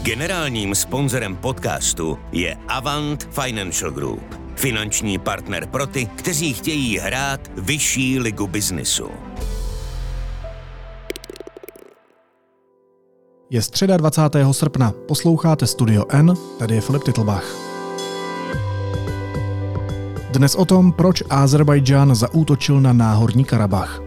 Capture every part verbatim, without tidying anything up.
Generálním sponzorem podcastu je Avant Financial Group. Finanční partner pro ty, kteří chtějí hrát vyšší ligu biznisu. Je středa dvacátého srpna. Posloucháte Studio N, tady je Filip Titlbach. Dnes o tom, proč Ázerbájdžán zaútočil na Náhorní Karabach.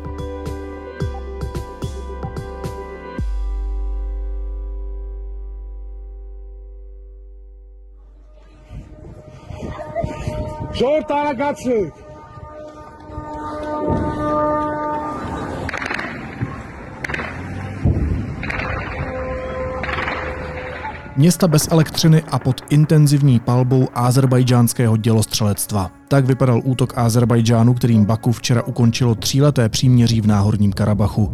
Města bez elektřiny a pod intenzivní palbou ázerbájdžánského dělostřelectva. Tak vypadal útok Ázerbájdžánu, kterým Baku včera ukončilo tříleté příměří v Náhorním Karabachu.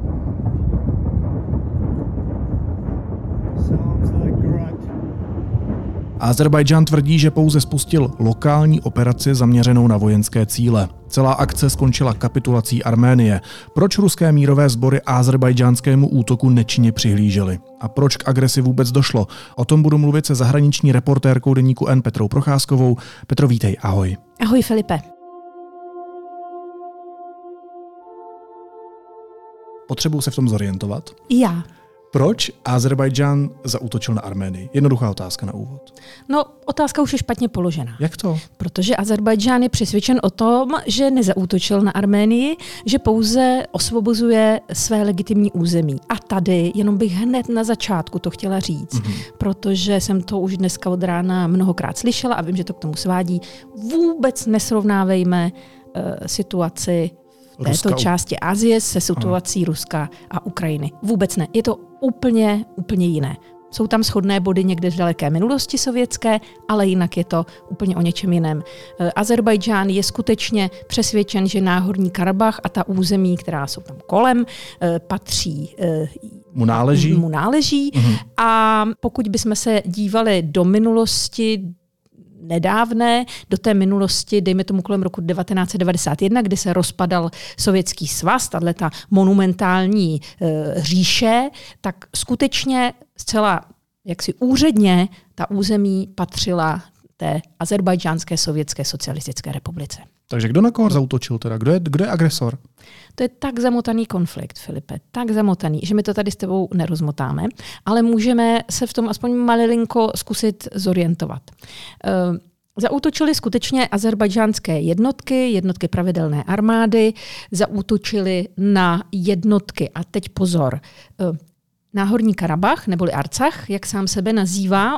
Ázerbájdžán tvrdí, že pouze spustil lokální operaci zaměřenou na vojenské cíle. Celá akce skončila kapitulací Arménie. Proč ruské mírové sbory ázerbájdžánskému útoku nečinně přihlížely? A proč k agresi vůbec došlo? O tom budu mluvit se zahraniční reportérkou deníku N Petrou Procházkovou. Petro, vítej, ahoj. Ahoj, Filipe. Potřebuji se v tom zorientovat? Já. Proč Ázerbájdžán zaútočil na Arménii? Jednoduchá otázka na úvod. No, otázka už je špatně položena. Jak to? Protože Ázerbájdžán je přesvědčen o tom, že nezaútočil na Arménii, že pouze osvobozuje své legitimní území. A tady, jenom bych hned na začátku to chtěla říct, mm-hmm. protože jsem to už dneska od rána mnohokrát slyšela a vím, že to k tomu svádí. Vůbec nesrovnávejme uh, situaci v této Ruska, části Asie se situací Aha. Ruska a Ukrajiny. Vůbec ne. Je to úplně, úplně jiné. Jsou tam shodné body někde v daleké minulosti sovětské, ale jinak je to úplně o něčem jiném. Ázerbájdžán je skutečně přesvědčen, že Náhorní Karabach a ta území, která jsou tam kolem, patří mu náleží. Mu náleží. Mhm. A pokud bychom se dívali do minulosti, nedávné, do té minulosti, dejme tomu kolem roku devatenáct set devadesát jedna, kdy se rozpadal Sovětský svaz, tato monumentální e, říše, tak skutečně zcela jaksi úředně ta území patřila té Ázerbájdžánské sovětské socialistické republice. Takže kdo na koho zaútočil teda? Kdo je, kdo je agresor? To je tak zamotaný konflikt, Filipe, tak zamotaný, že my to tady s tebou nerozmotáme, ale můžeme se v tom aspoň malilinko zkusit zorientovat. Uh, Zaútočili skutečně ázerbájdžánské jednotky, jednotky pravidelné armády, zaútočili na jednotky, a teď pozor, uh, Náhorní Karabach, neboli Arcach, jak sám sebe nazývá,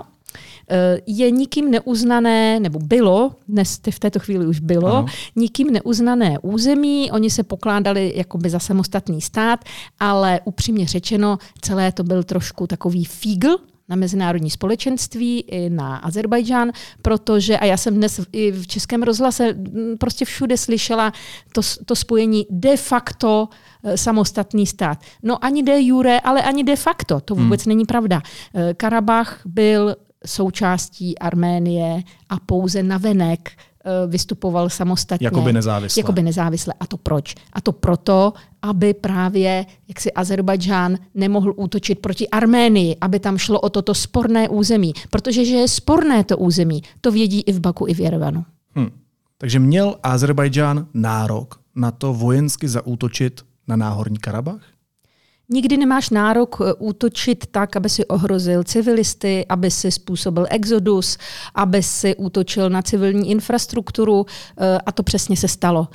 je nikým neuznané, nebo bylo, dnes v této chvíli už bylo, Aha. nikým neuznané území, oni se pokládali jakoby za samostatný stát, ale upřímně řečeno, celé to byl trošku takový fígl na mezinárodní společenství i na Ázerbájdžán, protože, a já jsem dnes i v Českém rozhlase prostě všude slyšela to, to spojení de facto samostatný stát. No ani de jure, ale ani de facto, to vůbec hmm. není pravda. Karabach byl součástí Arménie a pouze navenek vystupoval samostatně. Jakoby nezávisle. Jakoby nezávisle. A to proč? A to proto, aby právě jaksi Ázerbájdžán nemohl útočit proti Arménii, aby tam šlo o toto sporné území. Protože že je sporné to území, to vědí i v Baku, i v Jerevanu. Hmm. Takže měl Ázerbájdžán nárok na to vojensky zaútočit na Náhorní Karabach? Nikdy nemáš nárok útočit tak, aby si ohrozil civilisty, aby si způsobil exodus, aby si útočil na civilní infrastrukturu, a to přesně se stalo.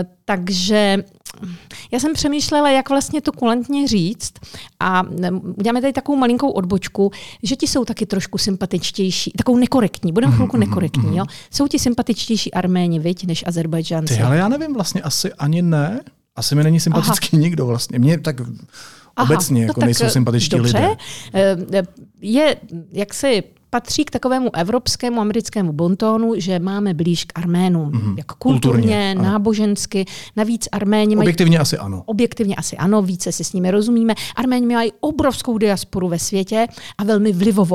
Takže já jsem přemýšlela, jak vlastně to kulantně říct, a uděláme tady takovou malinkou odbočku, že ti jsou taky trošku sympatičtější, takovou nekorektní, budeme chvilku nekorektní, jo? Jsou ti sympatičtější Arméni, viď, než Ázerbájdžánci? Ty, ale já nevím, vlastně asi ani ne. Asi mi není sympatický Aha. nikdo vlastně. Mně tak Aha, obecně jako no nejsou sympatičtí dobře. lidé. Je, jak si patří k takovému evropskému, americkému bontónu, že máme blíž k Arménům. Mm-hmm. Jak kulturně, kulturně nábožensky. Navíc Arméni mají... Objektivně asi ano. Objektivně asi ano, více si s nimi rozumíme. Arméni mají obrovskou diasporu ve světě a velmi vlivovou.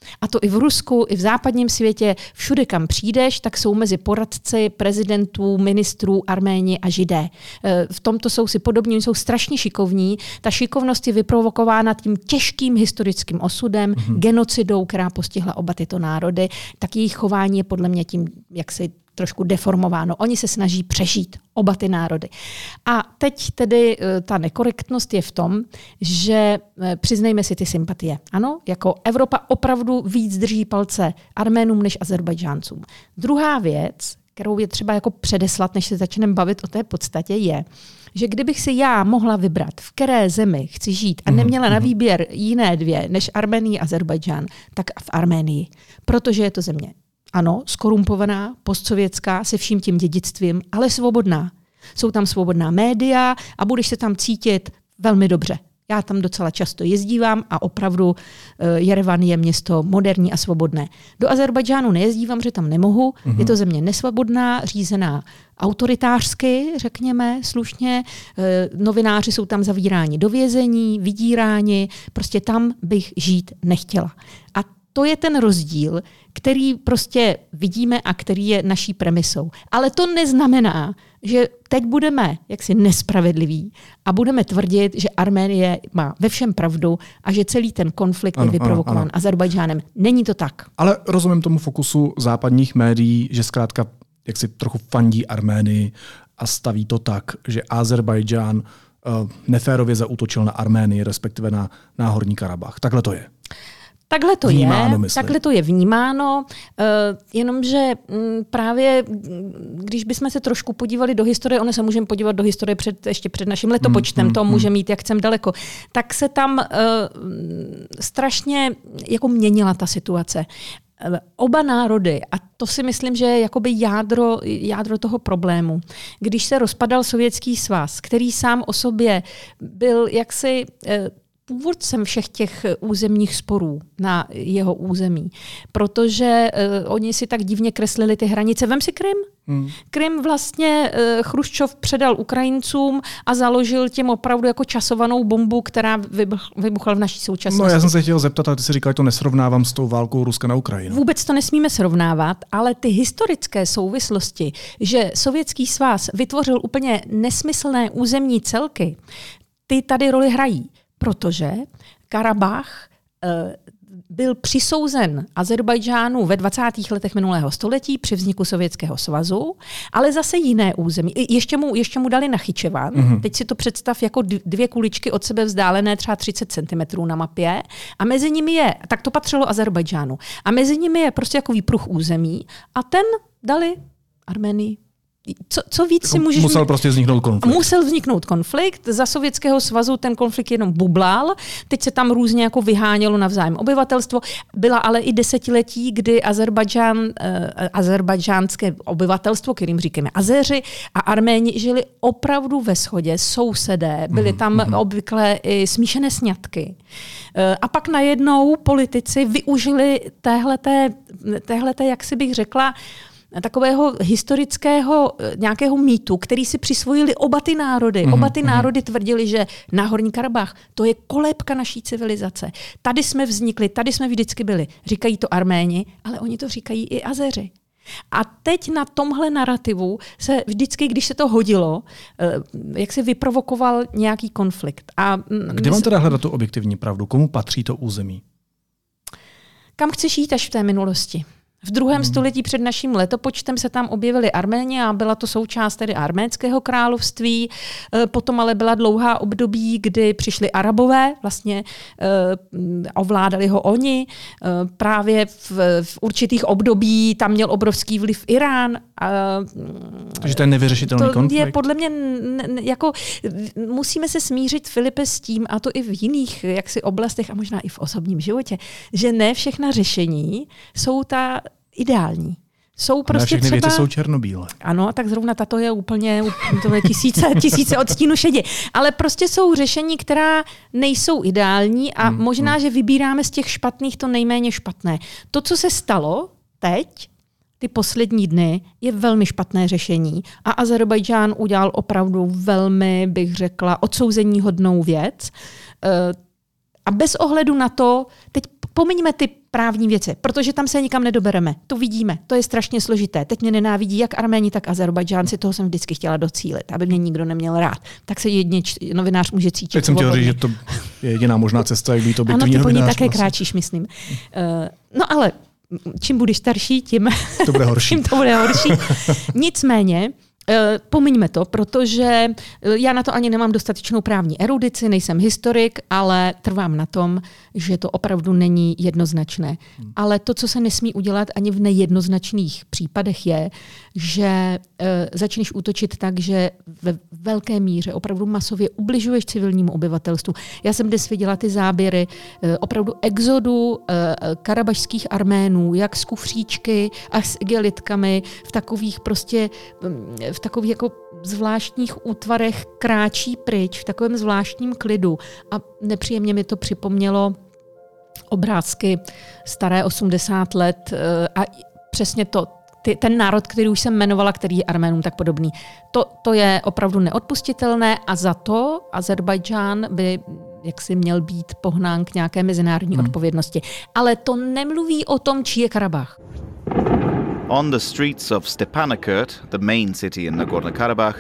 A to i v Rusku, i v západním světě, všude, kam přijdeš, tak jsou mezi poradci, prezidentů, ministrů, Arméni a Židé. V tomto jsou si podobní, jsou strašně šikovní. Ta šikovnost je vyprovokována tím těžkým historickým osudem, mm-hmm. genocidou, která postihla oba tyto národy. Tak jejich chování je podle mě tím, jak si trošku deformováno. Oni se snaží přežít, oba ty národy. A teď tedy ta nekorektnost je v tom, že přiznejme si ty sympatie. Ano, jako Evropa opravdu víc drží palce Arménům než Azerbajdžáncům. Druhá věc, kterou je třeba jako předeslat, než se začneme bavit o té podstatě, je, že kdybych si já mohla vybrat, v které zemi chci žít a neměla na výběr jiné dvě než Arménii a Azerbajdžán, tak v Arménii. Protože je to země ano, skorumpovaná, postsovětská, se vším tím dědictvím, ale svobodná. Jsou tam svobodná média a budeš se tam cítit velmi dobře. Já tam docela často jezdívám a opravdu Jerevan je město moderní a svobodné. Do Azerbajdžánu nejezdívám, že tam nemohu. Mm-hmm. Je to země nesvobodná, řízená autoritářsky, řekněme slušně. Novináři jsou tam zavíráni do vězení, vydíráni. Prostě tam bych žít nechtěla. A to je ten rozdíl, který prostě vidíme a který je naší premisou. Ale to neznamená, že teď budeme jaksi nespravedliví a budeme tvrdit, že Arménie má ve všem pravdu a že celý ten konflikt ano, je vyprovokován Azerbajdžánem. Není to tak. Ale rozumím tomu fokusu západních médií, že zkrátka jak si trochu fandí Arménii a staví to tak, že Azerbajdžán uh, neférově zaútočil na Arménii, respektive na Náhorní Karabach. Takhle to je. Takhle to vnímáno, je, myslím. takhle to je vnímáno, uh, jenomže m, právě, když bychom se trošku podívali do historie, ono se můžeme podívat do historie před, ještě před naším letopočtem, mm, to mm, může mít jak chcem daleko, tak se tam uh, strašně jako měnila ta situace. Oba národy, a to si myslím, že je jakoby jádro, jádro toho problému. Když se rozpadal Sovětský svaz, který sám o sobě byl jaksi uh, původcem všech těch územních sporů na jeho území, protože uh, oni si tak divně kreslili ty hranice. Vem si Krym. Hmm. Krym vlastně uh, Chruščov předal Ukrajincům a založil těm opravdu jako časovanou bombu, která vybuch, vybuchla v naší současnosti. No já jsem se chtěl zeptat, ale ty si říkal, že to nesrovnávám s tou válkou Ruska na Ukrajinu. Vůbec to nesmíme srovnávat, ale ty historické souvislosti, že Sovětský svaz vytvořil úplně nesmyslné územní celky, ty tady roli hrají. Protože Karabach e, byl přisouzen Azerbajdžánu ve dvacátých letech minulého století při vzniku Sovětského svazu, ale zase jiné území. Ještě mu, ještě mu dali Nachyčevan. Mm-hmm. Teď si to představ jako dvě kuličky od sebe vzdálené třeba třicet centimetrů na mapě a mezi nimi je, tak to patřilo Azerbajdžánu, a mezi nimi je prostě jako výpruh území a ten dali Arménii. Co, co víc si můžeš... Musel prostě vzniknout konflikt. Musel vzniknout konflikt. Za Sovětského svazu ten konflikt jenom bublal. Teď se tam různě jako vyhánělo navzájem obyvatelstvo. Byla ale i desetiletí, kdy Azerbajdžán, eh, azerbajdžánské obyvatelstvo, kterým říkáme Azeři, a Arméni žili opravdu ve shodě, sousedé. Byly tam mm-hmm. obvykle i smíšené sňatky. Eh, a pak najednou politici využili téhleté, téhleté, jak si bych řekla, takového historického nějakého mýtu, který si přisvojili oba ty národy. Mm-hmm. Oba ty národy tvrdili, že Náhorní Karabach, to je kolébka naší civilizace. Tady jsme vznikli, tady jsme vždycky byli. Říkají to Arméni, ale oni to říkají i Azeři. A teď na tomhle narrativu se vždycky, když se to hodilo, jak se vyprovokoval nějaký konflikt. A kde mám teda hledat tu objektivní pravdu? Komu patří to území? Kam chceš jít až v té minulosti? V druhém hmm. století před naším letopočtem se tam objevily Arméni a byla to součást tedy arménského království. Potom ale byla dlouhá období, kdy přišli Arabové, vlastně ovládali ho oni. Právě v, v určitých období tam měl obrovský vliv Irán. Takže to je nevyřešitelný to konflikt? Je podle mě, jako, musíme se smířit, Filipe, s tím, a to i v jiných jaksi oblastech a možná i v osobním životě, že ne všechna řešení jsou ta ideální. Jsou prostě všechny třeba... věci jsou černobílé. Ano, tak zrovna tato je úplně, to je tisíce, tisíce odstínů šedě. Ale prostě jsou řešení, která nejsou ideální a hmm, možná, hmm. že vybíráme z těch špatných to nejméně špatné. To, co se stalo teď, ty poslední dny, je velmi špatné řešení. A Azerbajdžán udělal opravdu velmi, bych řekla, odsouzeníhodnou věc. A bez ohledu na to, teď pomiňme ty právní věci, protože tam se nikam nedobereme. To vidíme, to je strašně složité. Teď mě nenávidí jak Arméni, tak Azerbajdžánci, toho jsem vždycky chtěla docílit, aby mě nikdo neměl rád. Tak se jedně č- novinář může cítit. Teď jsem chtěl říct, že to je jediná možná cesta, jak být objektivní novinář. Ano, ty po ní také vlastně kráčíš, myslím. Uh, no ale čím budeš starší, tím to bude horší. tím to bude horší. Nicméně, pomiňme to, protože já na to ani nemám dostatečnou právní erudici, nejsem historik, ale trvám na tom, že to opravdu není jednoznačné. Hmm. Ale to, co se nesmí udělat ani v nejednoznačných případech, je, že e, začneš útočit tak, že ve velké míře opravdu masově ubližuješ civilnímu obyvatelstvu. Já jsem dnes viděla ty záběry e, opravdu exodu e, karabašských Arménů, jak z kufříčky a s igelitkami v takových prostě v takových jako zvláštních útvarech kráčí pryč, v takovém zvláštním klidu. A nepříjemně mi to připomnělo obrázky staré osmdesát let a přesně to, ty, ten národ, který už jsem jmenovala, který je Arménům tak podobný. To, to je opravdu neodpustitelné a za to Azerbajdžán by jaksi měl být pohnán k nějaké mezinárodní hmm. odpovědnosti. Ale to nemluví o tom, čí je Karabach. On the streets of Stepanakert, the main city in Nagorno-Karabakh,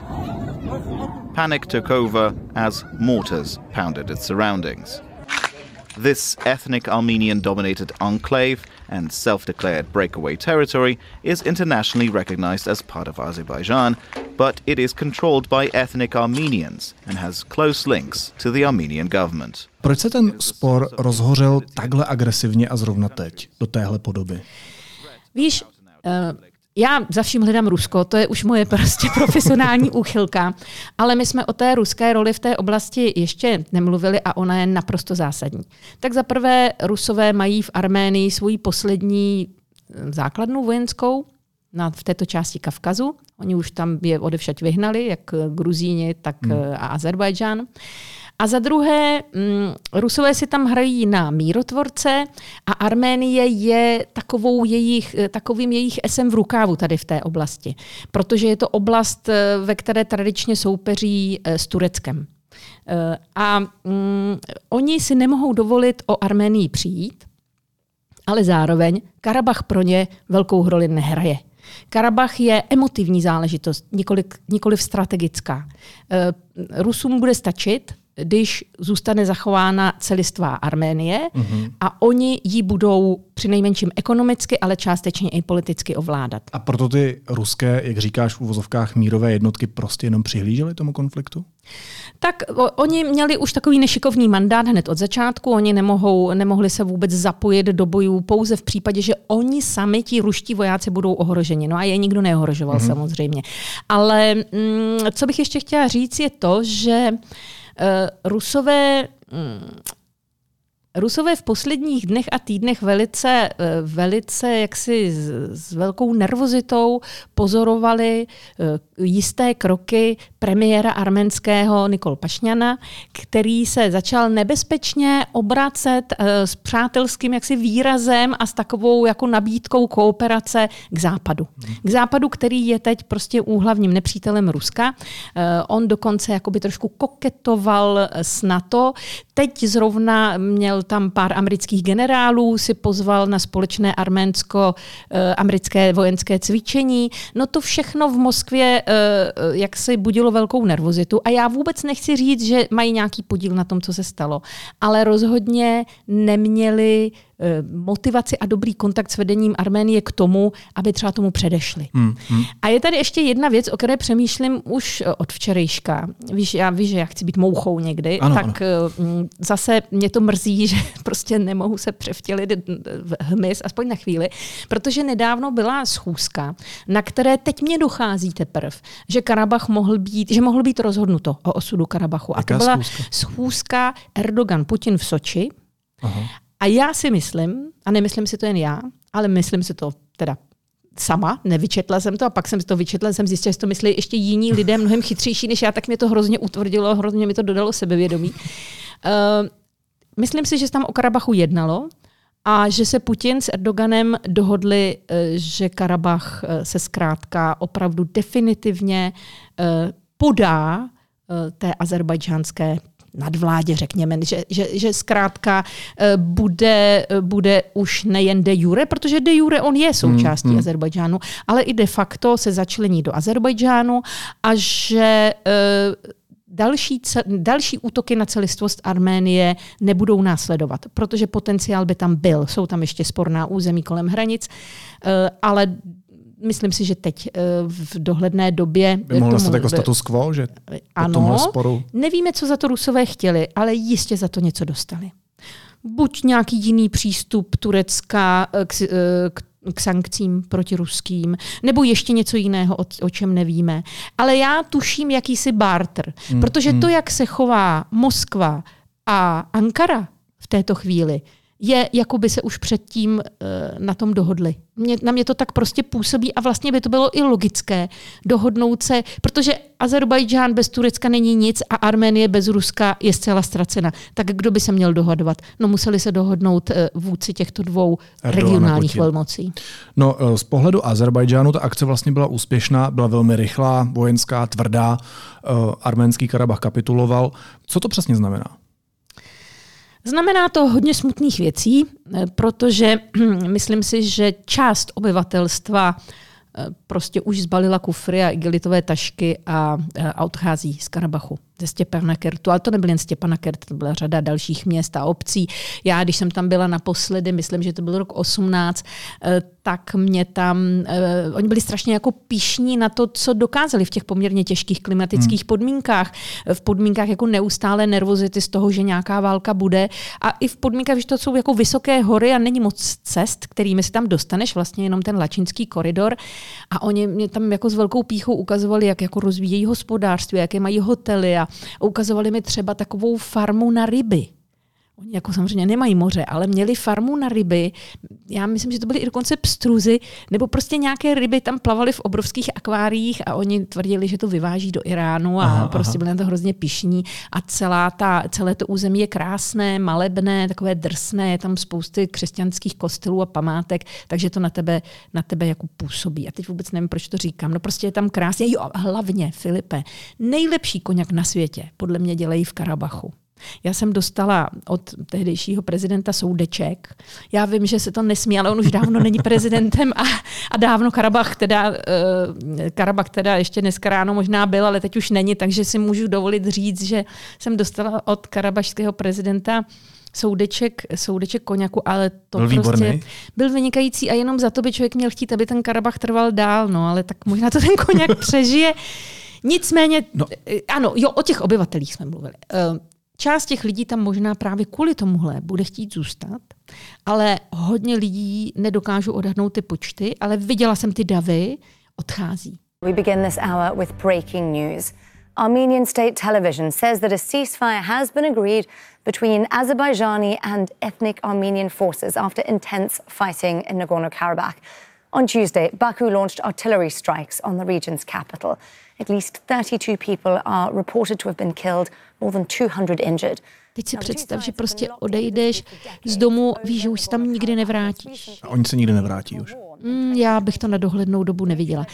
panic took over as mortars pounded its surroundings. This ethnic Armenian-dominated enclave and self-declared breakaway territory is internationally recognized as part of Azerbaijan, but it is controlled by ethnic Armenians and has close links to the Armenian government. Proč se ten spor rozhořel takhle agresivně a zrovna teď, do téhle podoby? Víš, uh, já za vším hledám Rusko, to je už moje prostě profesionální úchylka, ale my jsme o té ruské roli v té oblasti ještě nemluvili a ona je naprosto zásadní. Tak za prvé Rusové mají v Arménii svoji poslední základnu vojenskou na, v této části Kavkazu. Oni už tam je odevšať vyhnali, jak Gruzíni, tak hmm. a Azerbajdžán. A za druhé, mm, Rusové si tam hrají na mírotvorce a Arménie je takovou jejich, takovým jejich esem v rukávu tady v té oblasti. Protože je to oblast, ve které tradičně soupeří s Tureckem. A mm, oni si nemohou dovolit o Arménii přijít, ale zároveň Karabach pro ně velkou roli nehraje. Karabach je emotivní záležitost, nikoliv, nikoliv strategická. Rusům bude stačit, když zůstane zachována celistvá Arménie mm-hmm. a oni ji budou přinejmenším ekonomicky, ale částečně i politicky ovládat. A proto ty ruské, jak říkáš v uvozovkách, mírové jednotky prostě jenom přihlížely tomu konfliktu? Tak o, oni měli už takový nešikovný mandát hned od začátku, oni nemohou, nemohli se vůbec zapojit do bojů pouze v případě, že oni sami, ti ruští vojáci, budou ohroženi. No a je nikdo neohrožoval mm-hmm. samozřejmě. Ale mm, co bych ještě chtěla říct je to, že Uh, Rusové, um, Rusové v posledních dnech a týdnech velice, uh, velice jaksi s, s velkou nervozitou pozorovali uh, jisté kroky premiéra arménského Nikol Pašňana, který se začal nebezpečně obracet uh, s přátelským jaksi výrazem a s takovou jako nabídkou kooperace k západu. K západu, který je teď prostě úhlavním nepřítelem Ruska. Uh, on dokonce jakoby trošku koketoval s NATO. Teď zrovna měl tam pár amerických generálů, si pozval na společné arménsko-americké vojenské cvičení. No to všechno v Moskvě jak se budilo velkou nervozitu a já vůbec nechci říct, že mají nějaký podíl na tom, co se stalo, ale rozhodně neměli motivaci a dobrý kontakt s vedením Arménie k tomu, aby třeba tomu předešli. Hmm, hmm. A je tady ještě jedna věc, o které přemýšlím už od včerejška. Víš, já víš, že já chci být mouchou někdy, ano, tak ano. Zase mě to mrzí, že prostě nemohu se převtělit v hmyz, aspoň na chvíli, protože nedávno byla schůzka, na které teď mě dochází teprv, že Karabach mohl být, že mohl být rozhodnuto o osudu Karabachu. A to byla schůzka, schůzka Erdogan-Putin v Soči. Aha. A já si myslím, a nemyslím si to jen já, ale myslím si to teda sama, nevyčetla jsem to a pak jsem to vyčetla, jsem zjistila, že to myslí ještě jiní lidé mnohem chytřejší než já, tak mě to hrozně utvrdilo, hrozně mi to dodalo sebevědomí. Uh, myslím si, že se tam o Karabachu jednalo a že se Putin s Erdoganem dohodli, uh, že Karabach uh, se zkrátka opravdu definitivně uh, podá uh, té azerbajdžánské nadvládě, řekněme, že, že, že zkrátka bude, bude už nejen de jure, protože de jure on je součástí hmm, hmm. Azerbajdžánu, ale i de facto se začlení do Azerbajdžánu a že Další, další útoky na celistvost Arménie nebudou následovat, protože potenciál by tam byl. Jsou tam ještě sporná území kolem hranic, ale myslím si, že teď v dohledné době... By mohlo nastat jako status quo, že po tomhle sporu... Nevíme, co za to Rusové chtěli, ale jistě za to něco dostali. Buď nějaký jiný přístup Turecka k, k k sankcím proti ruským, nebo ještě něco jiného, o, o čem nevíme. Ale já tuším jakýsi barter, mm, protože mm. to, jak se chová Moskva a Ankara v této chvíli, je, jako by se už předtím uh, na tom dohodli. Mě, na mě to tak prostě působí a vlastně by to bylo i logické dohodnout se, protože Azerbajdžán bez Turecka není nic a Arménie bez Ruska je zcela ztracena. Tak kdo by se měl dohodovat? No museli se dohodnout uh, vůdci těchto dvou Erdogan regionálních velmocí. No uh, z pohledu Azerbajdžánu ta akce vlastně byla úspěšná, byla velmi rychlá, vojenská, tvrdá. Uh, arménský Karabach kapituloval. Co to přesně znamená? Znamená to hodně smutných věcí, protože myslím si, že část obyvatelstva prostě už zbalila kufry a igelitové tašky a, a odchází z Karabachu, ze Stěpanakertu. Ale to nebyl jen Stěpanakert, to byla řada dalších měst a obcí. Já, když jsem tam byla naposledy, myslím, že to byl rok osmnáct, tak mě tam, uh, oni byli strašně jako pyšní na to, co dokázali v těch poměrně těžkých klimatických hmm. podmínkách. V podmínkách jako neustále nervozity z toho, že nějaká válka bude. A i v podmínkách, že to jsou jako vysoké hory a není moc cest, kterými si tam dostaneš, vlastně jenom ten lačinský koridor. A oni mě tam jako s velkou pýchou ukazovali, jak jako rozvíjejí hospodářství, jaké mají hotely a ukazovali mi třeba takovou farmu na ryby. Oni jako samozřejmě nemají moře, ale měli farmu na ryby. Já myslím, že to byly i dokonce pstruzy, nebo prostě nějaké ryby tam plavaly v obrovských akváriích a oni tvrdili, že to vyváží do Iránu a aha, prostě aha. byli na to hrozně pyšní. A celá ta, celé to území je krásné, malebné, takové drsné, je tam spousty křesťanských kostelů a památek, takže to na tebe, na tebe jako působí. A teď vůbec nevím, proč to říkám. No prostě je tam krásně. Jo, hlavně, Filipe, nejlepší koněk na světě podle mě dělají v Karabachu. Já jsem dostala od tehdejšího prezidenta soudeček. Já vím, že se to nesmí, ale on už dávno není prezidentem a, a dávno Karabach teda, uh, Karabach teda ještě dneska ráno možná byl, ale teď už není, takže si můžu dovolit říct, že jsem dostala od karabašského prezidenta soudeček, soudeček koněku, ale to byl prostě výborný. Byl vynikající a jenom za to by člověk měl chtít, aby ten Karabach trval dál, no, ale tak možná to ten koněk přežije. Nicméně, no. ano, jo, o těch obyvatelích jsme mluvili. Uh, Část těch lidí tam možná právě kvůli tomuhle bude chtít zůstat, ale hodně lidí nedokážu odhadnout ty počty, ale viděla jsem ty davy, odchází. We begin this hour with breaking news. Armenian state television says that a ceasefire has been agreed between Azerbaijani and ethnic Armenian forces after intense fighting in Nagorno-Karabakh. On Tuesday, Baku launched artillery strikes on the region's capital. At least thirty-two people are reported to have been killed, more than two hundred injured. Teď si představ, že prostě odejdeš z domu, víš, že už se tam nikdy nevrátíš. A oni se nikdy nevrátí už. Mm, já bych to na dohlednou dobu neviděla.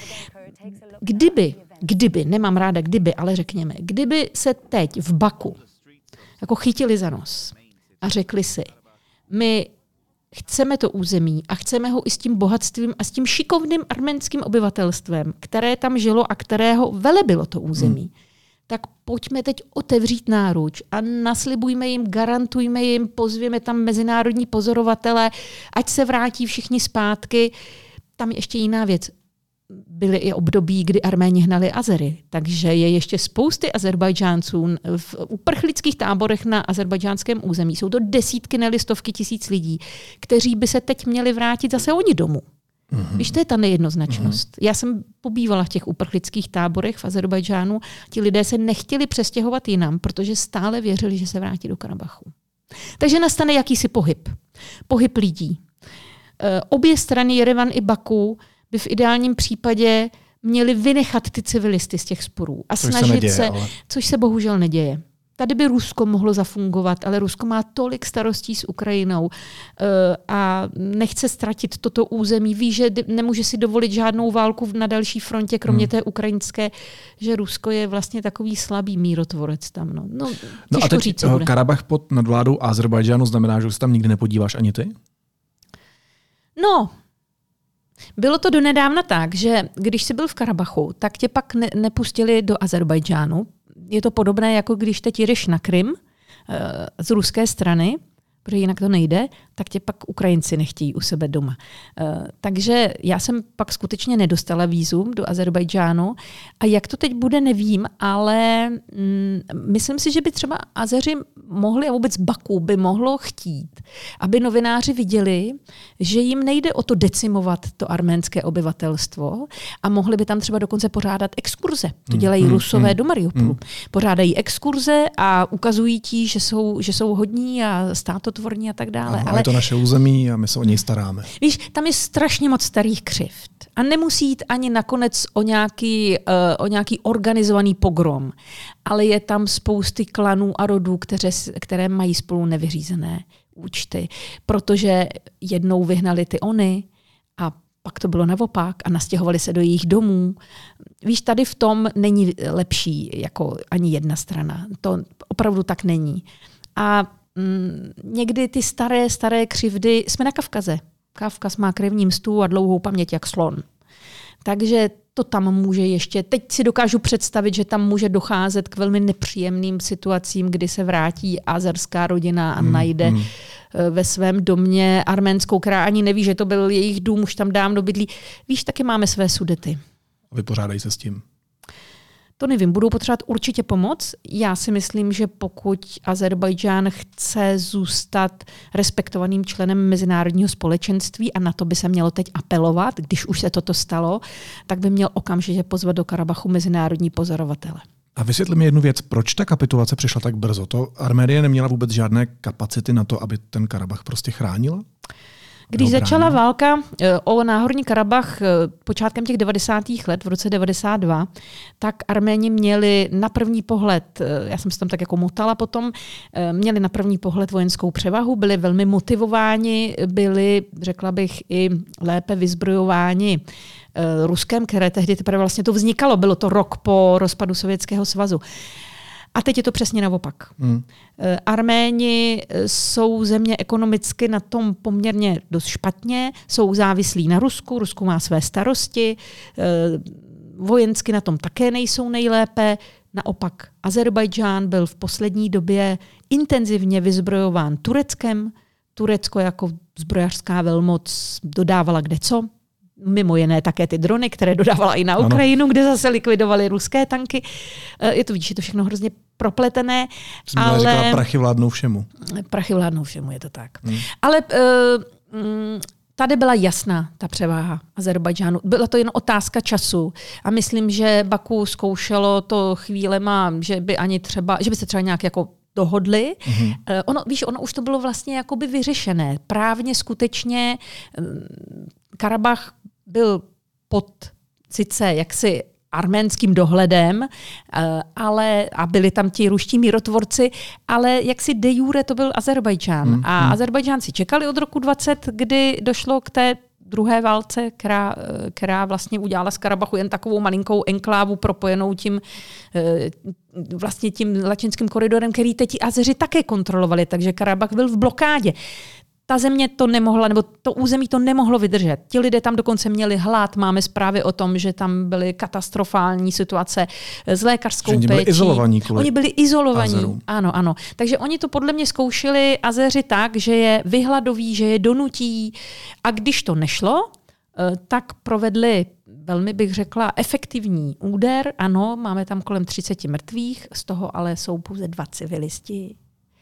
Kdyby, kdyby, nemám ráda kdyby, ale řekněme, kdyby se teď v Baku jako chytili za nos a řekli si, my chceme to území a chceme ho i s tím bohatstvím a s tím šikovným arménským obyvatelstvem, které tam žilo a kterého velebilo to území. Hmm. Tak pojďme teď otevřít náruč a naslibujme jim, garantujme jim, pozvěme tam mezinárodní pozorovatele, ať se vrátí všichni zpátky. Tam je ještě jiná věc. Byly i období, kdy Arméni hnali Azery, takže je ještě spousty Azerbajdžánců v uprchlických táborech na azerbajdžánském území. Jsou to desítky, ne stovky tisíc lidí, kteří by se teď měli vrátit zase oni domů. Mm-hmm. Víš, to je ta nejednoznačnost. Mm-hmm. Já jsem pobývala v těch uprchlických táborech v Azerbajdžánu. Ti lidé se nechtěli přestěhovat jinam, protože stále věřili, že se vrátí do Karabachu. Takže nastane jakýsi pohyb. Pohyb lidí. E, obě strany, Jerevan i Baku, by v ideálním případě měli vynechat ty civilisty z těch sporů a což snažit se, neděje, se, ale... což se bohužel neděje. Tady by Rusko mohlo zafungovat, ale Rusko má tolik starostí s Ukrajinou a nechce ztratit toto území. Ví, že nemůže si dovolit žádnou válku na další frontě, kromě hmm. té ukrajinské, že Rusko je vlastně takový slabý mírotvorec tam. No, no, no a teď říct, co bude. Karabach pod nadvládou Azerbajdžánu znamená, že se tam nikdy nepodíváš ani ty? No, bylo to donedávna tak, že když jsi byl v Karabachu, tak tě pak ne- nepustili do Azerbajdžánu. Je to podobné, jako když teď jdeš na Krym uh, z ruské strany, protože jinak to nejde, tak tě pak Ukrajinci nechtějí u sebe doma. Uh, takže já jsem pak skutečně nedostala vízum do Azerbajdžánu a jak to teď bude, nevím, ale mm, myslím si, že by třeba Azeři mohli a vůbec Baku by mohlo chtít, aby novináři viděli, že jim nejde o to decimovat to arménské obyvatelstvo a mohli by tam třeba dokonce pořádat exkurze. To dělají hmm, Rusové hmm, do Mariupolu. Hmm. Pořádají exkurze a ukazují ti, že jsou, že jsou hodní a státotvorní a tak dále. Aha, ale je to naše území a my se o něj staráme. Víš, tam je strašně moc starých křivd. A nemusí jít ani nakonec o nějaký, uh, o nějaký organizovaný pogrom. Ale je tam spousty klanů a rodů, které, které mají spolu nevyřízené účty. Protože jednou vyhnali ty ony a pak to bylo naopak a nastěhovali se do jejich domů. Víš, tady v tom není lepší jako ani jedna strana. To opravdu tak není. A někdy ty staré, staré křivdy, jsme na Kavkaze. Kavkaz má krevní mstu a dlouhou paměť jak slon. Takže to tam může ještě, teď si dokážu představit, že tam může docházet k velmi nepříjemným situacím, kdy se vrátí azerská rodina a hmm, najde hmm. ve svém domě arménskou, která ani neví, že to byl jejich dům, už tam dávno bydlí. Víš, taky máme své sudety. Vypořádají se s tím. To nevím, budou potřebovat určitě pomoc. Já si myslím, že pokud Azerbajdžán chce zůstat respektovaným členem mezinárodního společenství a na to by se mělo teď apelovat, když už se toto stalo, tak by měl okamžitě pozvat do Karabachu mezinárodní pozorovatele. A vysvětli mi jednu věc, proč ta kapitulace přišla tak brzo? To Arménie neměla vůbec žádné kapacity na to, aby ten Karabach prostě chránila? Když začala válka o Náhorní Karabach počátkem těch devadesátých let, v roce devadesát dva, tak Arméni měli na první pohled, já jsem se tam tak jako motala potom, měli na první pohled vojenskou převahu, byli velmi motivováni, byli, řekla bych, i lépe vyzbrojováni Ruskem, které tehdy teprve vlastně to vznikalo, bylo to rok po rozpadu Sovětského svazu. A teď je to přesně naopak. Hmm. Arméni jsou země ekonomicky na tom poměrně dost špatně, jsou závislí na Rusku, Rusko má své starosti, vojensky na tom také nejsou nejlépe. Naopak Azerbajdžán byl v poslední době intenzivně vyzbrojován Tureckem. Turecko jako zbrojařská velmoc dodávala kdeco. Mimo jiné také ty drony, které dodávala i na Ukrajinu, ano. Kde zase likvidovali ruské tanky. Je to, vidíš, je to všechno hrozně propletené. Jsem ale říkala, prachy vládnou všemu. Prachy vládnou všemu, je to tak. Hmm. Ale uh, tady byla jasná ta převáha Azerbajdžánu. Byla to jen otázka času. A myslím, že Baku zkoušelo to chvílema, že by ani třeba, že by se třeba nějak jako dohodli. Mm-hmm. Ono, víš, ono už to bylo vlastně jakoby vyřešené. Právně skutečně Karabach byl pod sice jaksi arménským dohledem, ale, a byli tam ti ruští mírotvorci, ale jaksi de jure to byl Azerbajdžán. Mm, a mm. Azerbajdžánci čekali od roku dvacet, kdy došlo k té druhé válce, která, která vlastně udělala z Karabachu jen takovou malinkou enklávu propojenou tím vlastně tím lačinským koridorem, který teď Azeři také kontrolovali, takže Karabach byl v blokádě. Ta země to nemohla, nebo to území to nemohlo vydržet. Ti lidé tam dokonce měli hlad. Máme zprávy o tom, že tam byly katastrofální situace s lékařskou péčí. Byli izolovaní oni byli izolovaní. Azerům. Ano, ano. Takže oni to podle mě zkoušeli Azeři tak, že je vyhladoví, že je donutí. A když to nešlo, tak provedli velmi bych řekla efektivní úder. Ano, máme tam kolem třicet mrtvých, z toho ale jsou pouze dva civilisti.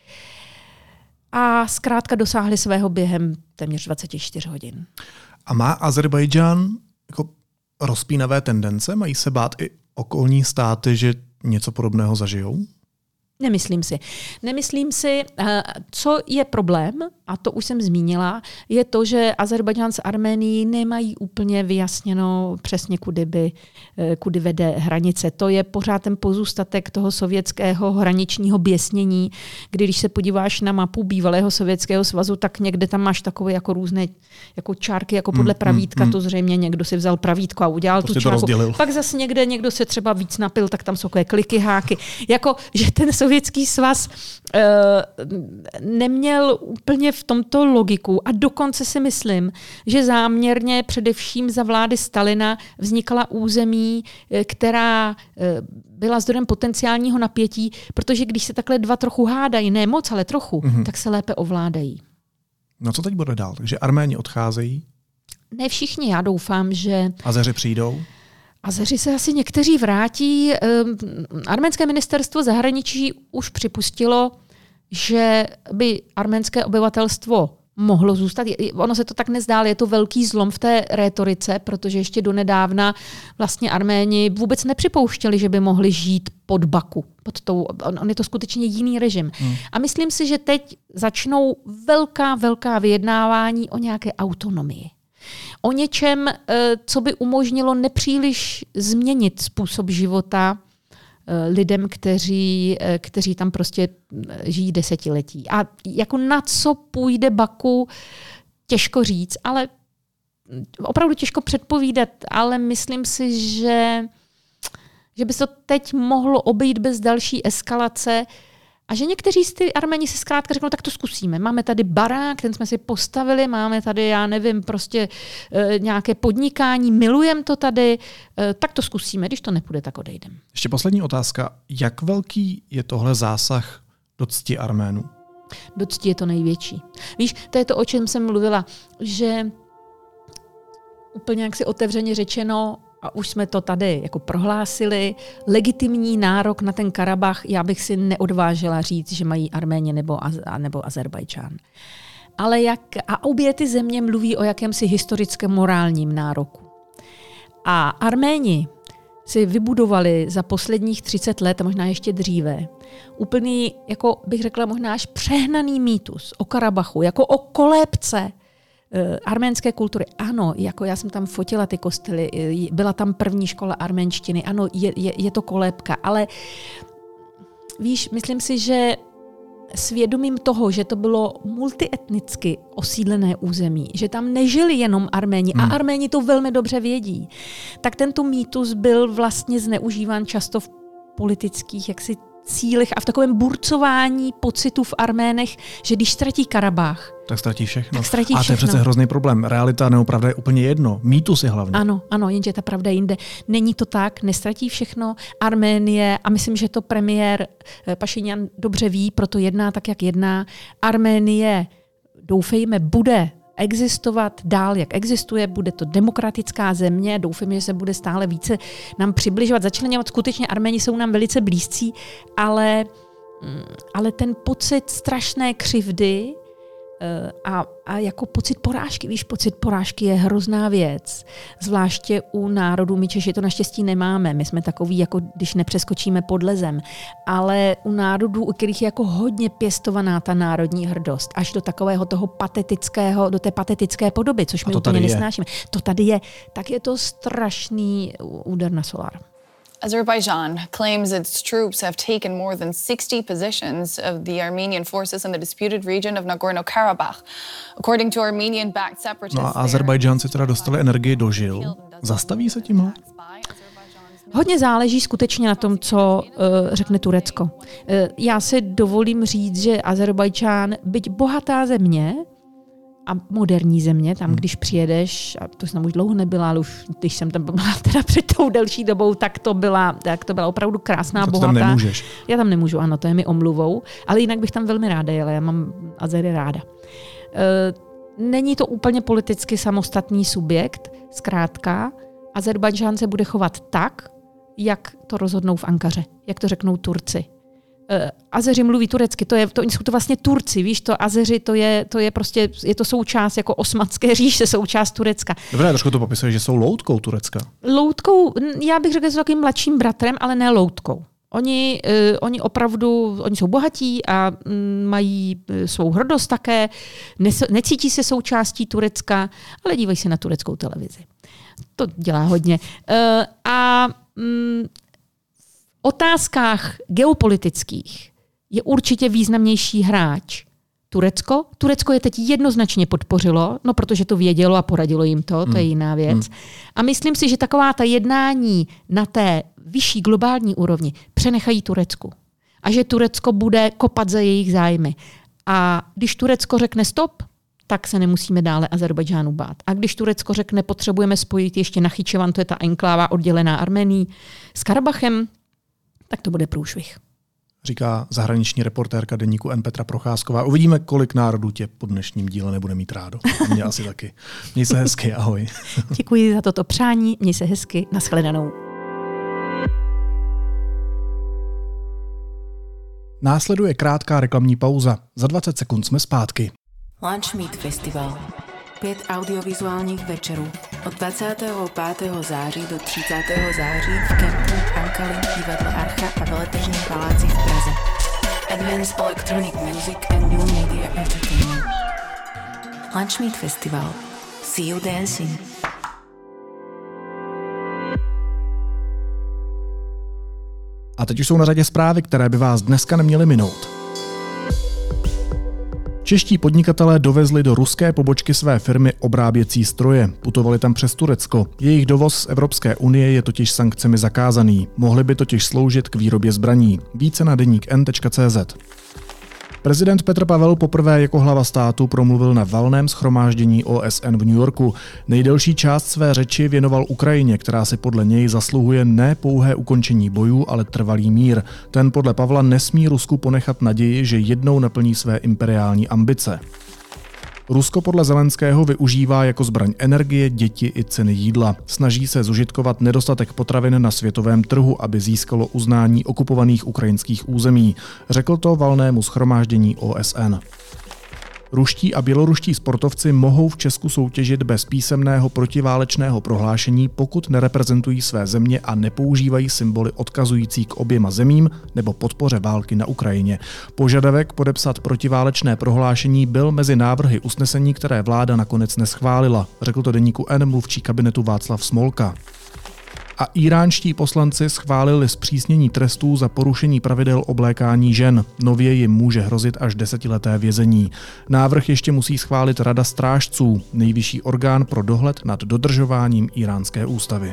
A zkrátka dosáhli svého během téměř dvacet čtyři hodin. A má Azerbajdžán jako rozpínavé tendence? Mají se bát i okolní státy, že něco podobného zažijou? Nemyslím si. Nemyslím si, co je problém, a to už jsem zmínila, je to, že Azerbajdžán s Arménií nemají úplně vyjasněno přesně, kudy, by, kudy vede hranice. To je pořád ten pozůstatek toho sovětského hraničního běsnění, kdy když se podíváš na mapu bývalého Sovětského svazu, tak někde tam máš takové jako různé jako čárky, jako podle pravítka, to zřejmě někdo si vzal pravítko a udělal prostě tu čárku. Pak zase někde někdo se třeba víc napil, tak tam jsou takové kliky, háky. Jako, že ten Sovětský svaz uh, neměl úplně v tomto logiku a dokonce si myslím, že záměrně především za vlády Stalina vznikala území, která uh, byla zdrojem potenciálního napětí, protože když se takhle dva trochu hádají, ne moc, ale trochu, mm-hmm. tak se lépe ovládají. No co teď bude dál? Takže Arméni odcházejí? Ne všichni, já doufám, že... Azeři přijdou? Azeři se asi někteří vrátí. Arménské ministerstvo zahraničí už připustilo, že by arménské obyvatelstvo mohlo zůstat. Ono se to tak nezdá, je to velký zlom v té rétorice, protože ještě donedávna vlastně Arméni vůbec nepřipouštěli, že by mohli žít pod Baku. Pod tou, on, on je to skutečně jiný režim. Hmm. A myslím si, že teď začnou velká, velká vyjednávání o nějaké autonomii. O něčem, co by umožnilo nepříliš změnit způsob života lidem, kteří, kteří tam prostě žijí desetiletí. A jako na co půjde Baku, těžko říct, ale opravdu těžko předpovídat, ale myslím si, že, že by se to teď mohlo obejít bez další eskalace a že někteří z ty Arméni si zkrátka řeknou, tak to zkusíme. Máme tady barák, ten jsme si postavili, máme tady, já nevím, prostě e, nějaké podnikání, milujeme to tady, e, tak to zkusíme, když to nepůjde, tak odejdeme. Ještě poslední otázka. Jak velký je tohle zásah do cti Arménů? Do cti je to největší. Víš, to je to, o čem jsem mluvila, že úplně jak si otevřeně řečeno, a už jsme to tady jako prohlásili, legitimní nárok na ten Karabach, já bych si neodvážila říct, že mají Arméni nebo, nebo Azerbajdžán. Ale jak, a obě ty země mluví o jakémsi historickém morálním nároku. A Arméni si vybudovali za posledních třicet let, a možná ještě dříve, úplný, jako bych řekla, možná až přehnaný mýtus o Karabachu, jako o kolébce arménské kultury. Ano, jako já jsem tam fotila ty kostely, byla tam první škola arménštiny, ano, je, je, je to kolébka, ale víš, myslím si, že svědomím toho, že to bylo multietnicky osídlené území, že tam nežili jenom Arméni hmm. a Arméni to velmi dobře vědí, tak tento mýtus byl vlastně zneužíván často v politických jaksi cílech a v takovém burcování pocitu v Arménech, že když ztratí Karabách, tak ztratí všechno. Tak ztratí a to je všechno. přece hrozný problém. Realita a neopravda je úplně jedno. Mýtus je hlavně. Ano, ano, jenže ta pravda jinde. Není to tak, nestratí všechno. Arménie, a myslím, že to premiér Pašinjan dobře ví, proto jedná tak, jak jedná. Arménie, doufejme, bude existovat dál, jak existuje, bude to demokratická země, doufám, že se bude stále více nám přibližovat, začleňovat. Skutečně Arméni jsou nám velice blízcí, ale, ale ten pocit strašné křivdy a, a jako pocit porážky, víš, pocit porážky je hrozná věc, zvláště u národů, my Češi to naštěstí nemáme, my jsme takový, jako když nepřeskočíme podlezem, ale u národů, u kterých je jako hodně pěstovaná ta národní hrdost, až do takového toho patetického, do té patetické podoby, což my úplně nesnášíme. To tady je, tak je to strašný úder na solar. Azerbaijan claims its troops have taken more than sixty positions of the Armenian forces in the disputed region of Nagorno-Karabakh. According to Armenian-backed separatists. No a Azerbajdžánci teda dostali energii do žil. Zastaví se tímhle? Hodně záleží skutečně na tom, co uh, řekne Turecko. Uh, já si dovolím říct, že Azerbajdžán, byť bohatá země, a moderní země, tam, když přijedeš, a to jsem už dlouho nebyla, ale už když jsem tam byla teda před tou delší dobou, tak to byla, tak to byla opravdu krásná, to bohatá. Tam nemůžeš. Já tam nemůžu, ano, to je mi omluvou, ale jinak bych tam velmi ráda jela, já mám Azery ráda. E, není to úplně politicky samostatný subjekt, zkrátka, Azerbajdžán se bude chovat tak, jak to rozhodnou v Ankaře, jak to řeknou Turci. Azeři mluví turecky, to je, to, jsou to vlastně Turci, víš, to Azeři, to je, to je prostě, je to součást jako osmanské říše, součást Turecka. Dobré, trošku to popisuje, že jsou loutkou Turecka. Loutkou, já bych řekla, že jsou takovým mladším bratrem, ale ne loutkou. Oni, uh, oni opravdu, oni jsou bohatí a um, mají uh, svou hrdost také, Nes, necítí se součástí Turecka, ale dívají se na tureckou televizi. To dělá hodně. Uh, a um, v otázkách geopolitických je určitě významnější hráč Turecko. Turecko je teď jednoznačně podpořilo, no protože to vědělo a poradilo jim to, to je jiná věc. Hmm. A myslím si, že taková ta jednání na té vyšší globální úrovni přenechají Turecku. A že Turecko bude kopat za jejich zájmy. A když Turecko řekne stop, tak se nemusíme dále Azerbajdžánu bát. A když Turecko řekne, potřebujeme spojit ještě Nachyčevan, to je ta enkláva oddělená Arménií, s Karabachem, tak to bude průšvih. Říká zahraniční reportérka deníku N Petra Procházková. Uvidíme, kolik národů tě po dnešním díle nebude mít rádo. A mě asi taky. Měj se hezky, ahoj. Děkuji za toto přání, měj se hezky, nashledanou. Následuje krátká reklamní pauza. Za dvacet sekund jsme zpátky. Lunch Meet Festival. Pět audiovizuálních večerů od dvacátého pátého září do třicátého září v kempu Ankalin, divadle Archa a Veletržním paláci v Praze. Advanced Electronic Music and New Media Entertainment. Lunch Meet Festival. See you dancing. A teď už jsou na řadě zprávy, které by vás dneska neměly minout. Čeští podnikatelé dovezli do ruské pobočky své firmy obráběcí stroje. Putovali tam přes Turecko. Jejich dovoz z Evropské unie je totiž sankcemi zakázaný. Mohli by totiž sloužit k výrobě zbraní. Více na deník n tečka cé zet. Prezident Petr Pavel poprvé jako hlava státu promluvil na valném shromáždění O S N v New Yorku. Nejdelší část své řeči věnoval Ukrajině, která si podle něj zasluhuje ne pouhé ukončení bojů, ale trvalý mír. Ten podle Pavla nesmí Rusku ponechat naději, že jednou naplní své imperiální ambice. Rusko podle Zelenského využívá jako zbraň energie, děti i ceny jídla. Snaží se zužitkovat nedostatek potravin na světovém trhu, aby získalo uznání okupovaných ukrajinských území. Řekl to valnému shromáždění O S N. Ruští a běloruští sportovci mohou v Česku soutěžit bez písemného protiválečného prohlášení, pokud nereprezentují své země a nepoužívají symboly odkazující k oběma zemím nebo podpoře války na Ukrajině. Požadavek podepsat protiválečné prohlášení byl mezi návrhy usnesení, které vláda nakonec neschválila, řekl to deníku N mluvčí kabinetu Václav Smolka. A íránští poslanci schválili zpřísnění trestů za porušení pravidel oblékání žen. Nově jim může hrozit až desetileté vězení. Návrh ještě musí schválit Rada strážců, nejvyšší orgán pro dohled nad dodržováním íránské ústavy.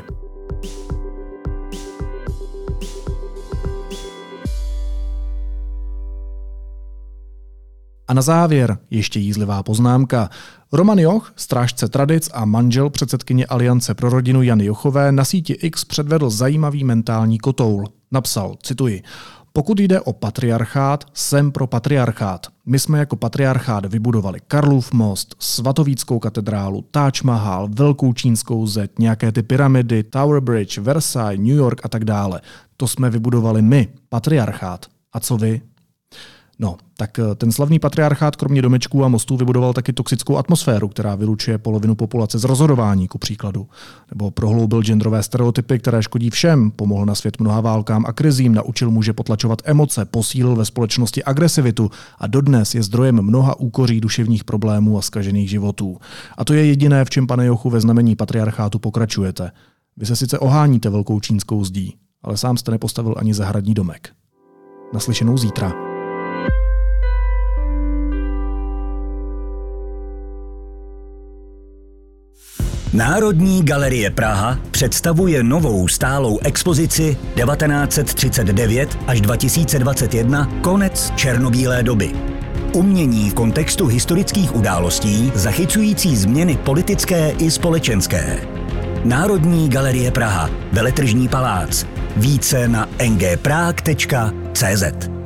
A na závěr ještě jízlivá poznámka. Roman Joch, strážce tradic a manžel předsedkyně Aliance pro rodinu Jany Jochové, na síti X předvedl zajímavý mentální kotoul. Napsal, cituji, pokud jde o patriarchát, jsem pro patriarchát. My jsme jako patriarchát vybudovali Karlův most, Svatovíckou katedrálu, Taj Mahal, Velkou čínskou zeď, nějaké ty pyramidy, Tower Bridge, Versailles, New York a tak dále. To jsme vybudovali my, patriarchát. A co vy? No, tak ten slavný patriarchát kromě domečků a mostů vybudoval taky toxickou atmosféru, která vylučuje polovinu populace z rozhodování, ku příkladu. Nebo prohloubil genderové stereotypy, které škodí všem, pomohl na svět mnoha válkám a krizím, naučil muže potlačovat emoce, posílil ve společnosti agresivitu a dodnes je zdrojem mnoha úkoří duševních problémů a zkažených životů. A to je jediné, v čem, pane Jochu, ve znamení patriarchátu pokračujete. Vy se sice oháníte velkou čínskou zdí, ale sám jste nepostavil ani zahradní domek. Naslyšenou zítra. Národní galerie Praha představuje novou stálou expozici devatenáct set třicet devět až dva tisíce dvacet jedna konec černobílé doby. Umění v kontextu historických událostí zachycující změny politické i společenské. Národní galerie Praha, Veletržní palác. Více na n g prague tečka c z.